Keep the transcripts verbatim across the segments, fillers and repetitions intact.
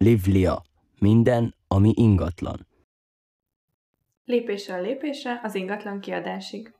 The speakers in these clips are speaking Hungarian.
Livlia, minden, ami ingatlan. Lépésről lépésre az ingatlan kiadásig.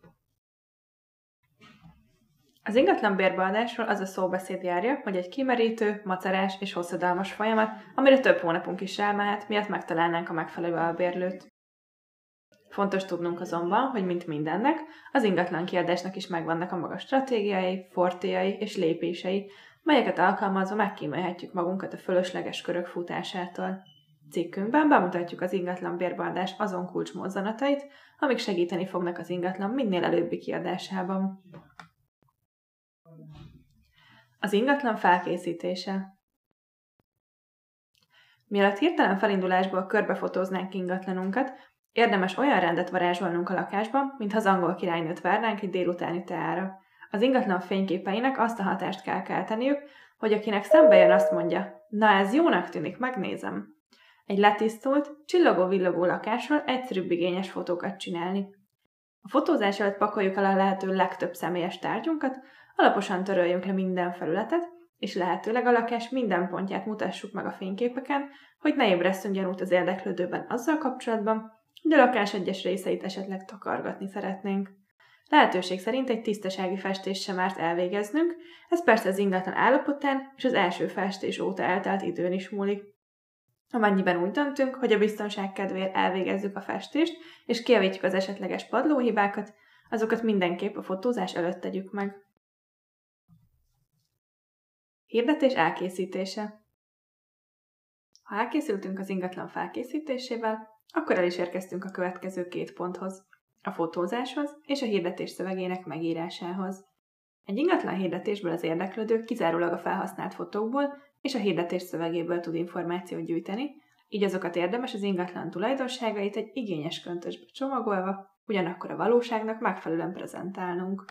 Az ingatlan bérbeadásról az a szóbeszéd járja, hogy egy kimerítő, macerás és hosszadalmas folyamat, amire több hónapunk is elmehet, miatt megtalálnánk a megfelelő albérlőt. Fontos tudnunk azonban, hogy mint mindennek, az ingatlan kiadásnak is megvannak a maga stratégiái, fortéjai és lépései, melyeket alkalmazva megkímélhetjük magunkat a fölösleges körök futásától. Cikkünkben bemutatjuk az ingatlan bérbeadás azon kulcsmozzanatait, amik segíteni fognak az ingatlan minél előbbi kiadásában. Az ingatlan felkészítése. Mielőtt hirtelen felindulásból körbefotóznánk ingatlanunkat, érdemes olyan rendet varázsolnunk a lakásban, mintha az angol királynőt várnánk egy délutáni teára. Az ingatlan fényképeinek azt a hatást kell kelteniük, hogy akinek szembe jön, azt mondja, na ez jónak tűnik, megnézem. Egy letisztult, csillogó-villogó lakásról egyszerűbb igényes fotókat csinálni. A fotózás előtt pakoljuk el a lehető legtöbb személyes tárgyunkat, alaposan töröljünk le minden felületet, és lehetőleg a lakás minden pontját mutassuk meg a fényképeken, hogy ne ébresszünk gyanút az érdeklődőben azzal kapcsolatban, hogy a lakás egyes részeit esetleg takargatni szeretnénk. Lehetőség szerint egy tisztasági festést sem árt elvégeznünk, ez persze az ingatlan állapotán és az első festés óta eltelt időn is múlik. Amennyiben úgy döntünk, hogy a biztonság kedvéért elvégezzük a festést, és kijavítjuk az esetleges padlóhibákat, azokat mindenképp a fotózás előtt tegyük meg. Hirdetés elkészítése. Ha elkészültünk az ingatlan felkészítésével, akkor el is érkeztünk a következő két ponthoz, a fotózáshoz és a hirdetés szövegének megírásához. Egy ingatlan hirdetésből az érdeklődő kizárólag a felhasznált fotókból és a hirdetés szövegéből tud információt gyűjteni, így azokat érdemes az ingatlan tulajdonságait egy igényes köntösbe csomagolva, ugyanakkor a valóságnak megfelelően prezentálnunk.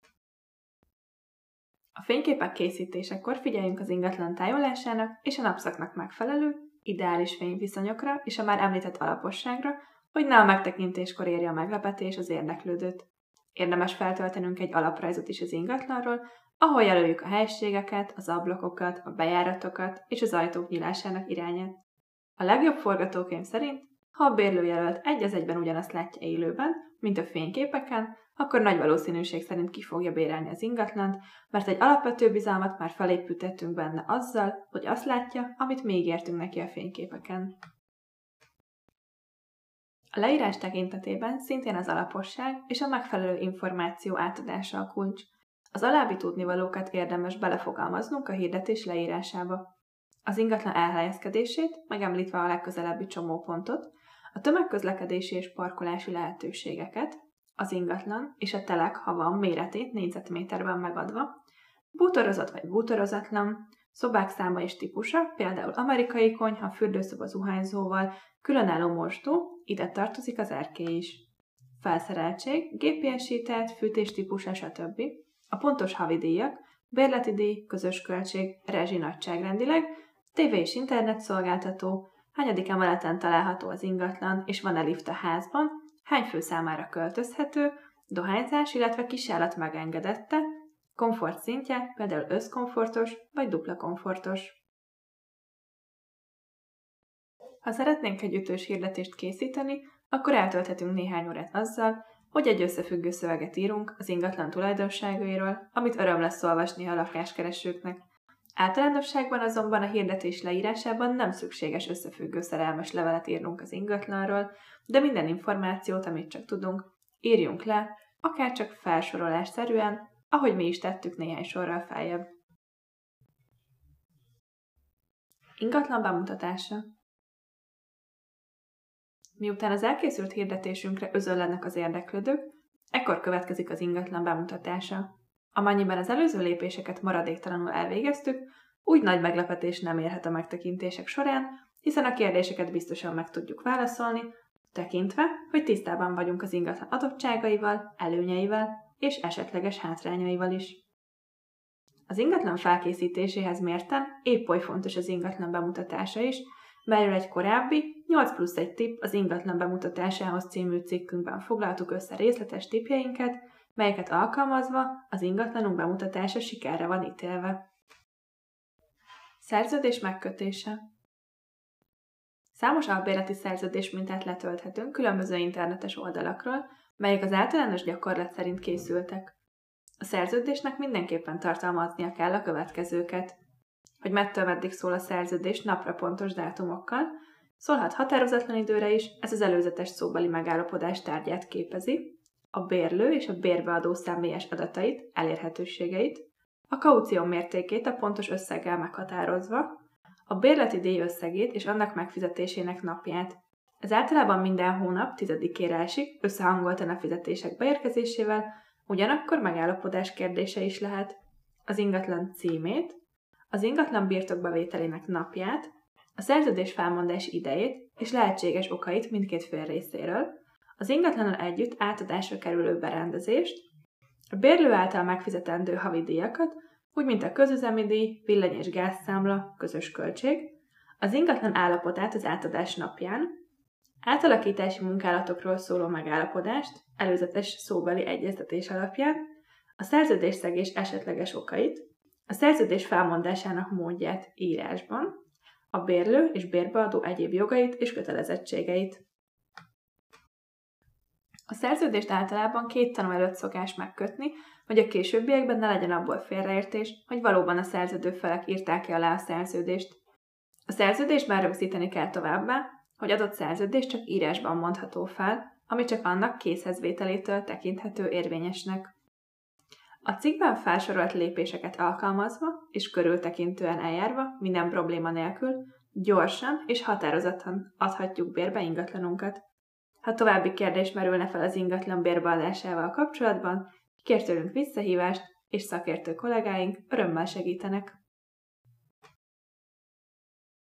A fényképek készítésekor figyeljünk az ingatlan tájolásának és a napszaknak megfelelő, ideális fényviszonyokra és a már említett alaposságra, hogy ne a megtekintéskor érje a meglepetés az érdeklődőt. Érdemes feltöltenünk egy alaprajzot is az ingatlanról, ahol jelöljük a helységeket, az ablakokat, a bejáratokat és az ajtók nyilásának irányát. A legjobb forgatókönyv szerint, ha a bérlőjelölt egy az egyben ugyanazt látja élőben, mint a fényképeken, akkor nagy valószínűség szerint ki fogja bérelni az ingatlant, mert egy alapvető bizalmat már felépítettünk benne azzal, hogy azt látja, amit még értünk neki a fényképeken. A leírás tekintetében szintén az alaposság és a megfelelő információ átadása a kulcs. Az alábbi tudnivalókat érdemes belefogalmaznunk a hirdetés leírásába. Az ingatlan elhelyezkedését, megemlítve a legközelebbi csomópontot, a tömegközlekedési és parkolási lehetőségeket, az ingatlan és a telek, ha van, méretét négyzetméterben megadva, bútorozott vagy bútorozatlan, szobák száma és típusa, például amerikai konyha, fürdőszoba zuhanyzóval, különálló mosdó, ide tartozik az erkély is. Felszereltség, gépiesített, fűtés típusa, stb. A pontos havidíjak, bérleti díj, közös költség, rezsi nagyságrendileg, tévé és internet szolgáltató, hányadik emeleten található az ingatlan, és van-e lift a házban, hány fő számára költözhető, dohányzás, illetve kisállat megengedette, komfort szintje, például összkomfortos vagy dupla komfortos. Ha szeretnénk egy ütős hirdetést készíteni, akkor eltölthetünk néhány órát azzal, hogy egy összefüggő szöveget írunk az ingatlan tulajdonságairól, amit öröm lesz olvasni a lakáskeresőknek. Általánosságban azonban a hirdetés leírásában nem szükséges összefüggő szerelmes levelet írnunk az ingatlanról, de minden információt, amit csak tudunk, írjunk le, akár csak felsorolásszerűen, ahogy mi is tettük néhány sorral feljebb. Ingatlan bemutatása. Miután az elkészült hirdetésünkre özönlenek az érdeklődők, ekkor következik az ingatlan bemutatása. Amennyiben az előző lépéseket maradéktalanul elvégeztük, úgy nagy meglepetés nem érhet a megtekintések során, hiszen a kérdéseket biztosan meg tudjuk válaszolni, tekintve, hogy tisztában vagyunk az ingatlan adottságaival, előnyeivel és esetleges hátrányaival is. Az ingatlan felkészítéséhez mérten épp oly fontos az ingatlan bemutatása is, melyről egy korábbi nyolc plusz egy tipp az ingatlan bemutatásához című cikkünkben foglaltuk össze részletes tippjeinket, melyeket alkalmazva az ingatlanunk bemutatása sikerre van ítélve. Szerződés megkötése. Számos albérleti szerződés mintát letölthetünk különböző internetes oldalakról, melyek az általános gyakorlat szerint készültek. A szerződésnek mindenképpen tartalmaznia kell a következőket. Hogy mettől meddig szól a szerződés napra pontos dátumokkal, szólhat határozatlan időre is, ez az előzetes szóbeli megállapodás tárgyát képezi, a bérlő és a bérbeadó személyes adatait, elérhetőségeit, a kaució mértékét a pontos összeggel meghatározva, a bérleti díj összegét és annak megfizetésének napját. Ez általában minden hónap tizedikére esik, összehangoltan a fizetések beérkezésével, ugyanakkor megállapodás kérdése is lehet. Az ingatlan címét, az ingatlan birtokbevételének napját, a szerződés felmondás idejét és lehetséges okait mindkét fél részéről, az ingatlanon együtt átadásra kerülő berendezést, a bérlő által megfizetendő havi díjakat, úgy mint a közüzemi díj, villany- és gázszámla, közös költség, az ingatlan állapotát az átadás napján, átalakítási munkálatokról szóló megállapodást, előzetes szóbeli egyeztetés alapján, a szerződésszegés esetleges okait, a szerződés felmondásának módját írásban, a bérlő és bérbeadó egyéb jogait és kötelezettségeit. A szerződést általában két tanú előtt szokás megkötni, hogy a későbbiekben ne legyen abból félreértés, hogy valóban a szerződő felek írták-e alá a szerződést. A szerződésben rögzíteni kell továbbá, hogy adott szerződés csak írásban mondható fel, ami csak annak készhezvételétől tekinthető érvényesnek. A cikkben felsorolt lépéseket alkalmazva és körültekintően eljárva, minden probléma nélkül, gyorsan és határozottan adhatjuk bérbe ingatlanunkat. Ha további kérdés merülne fel az ingatlan bérbeadásával kapcsolatban, kérj tőlünk visszahívást, és szakértő kollégáink örömmel segítenek.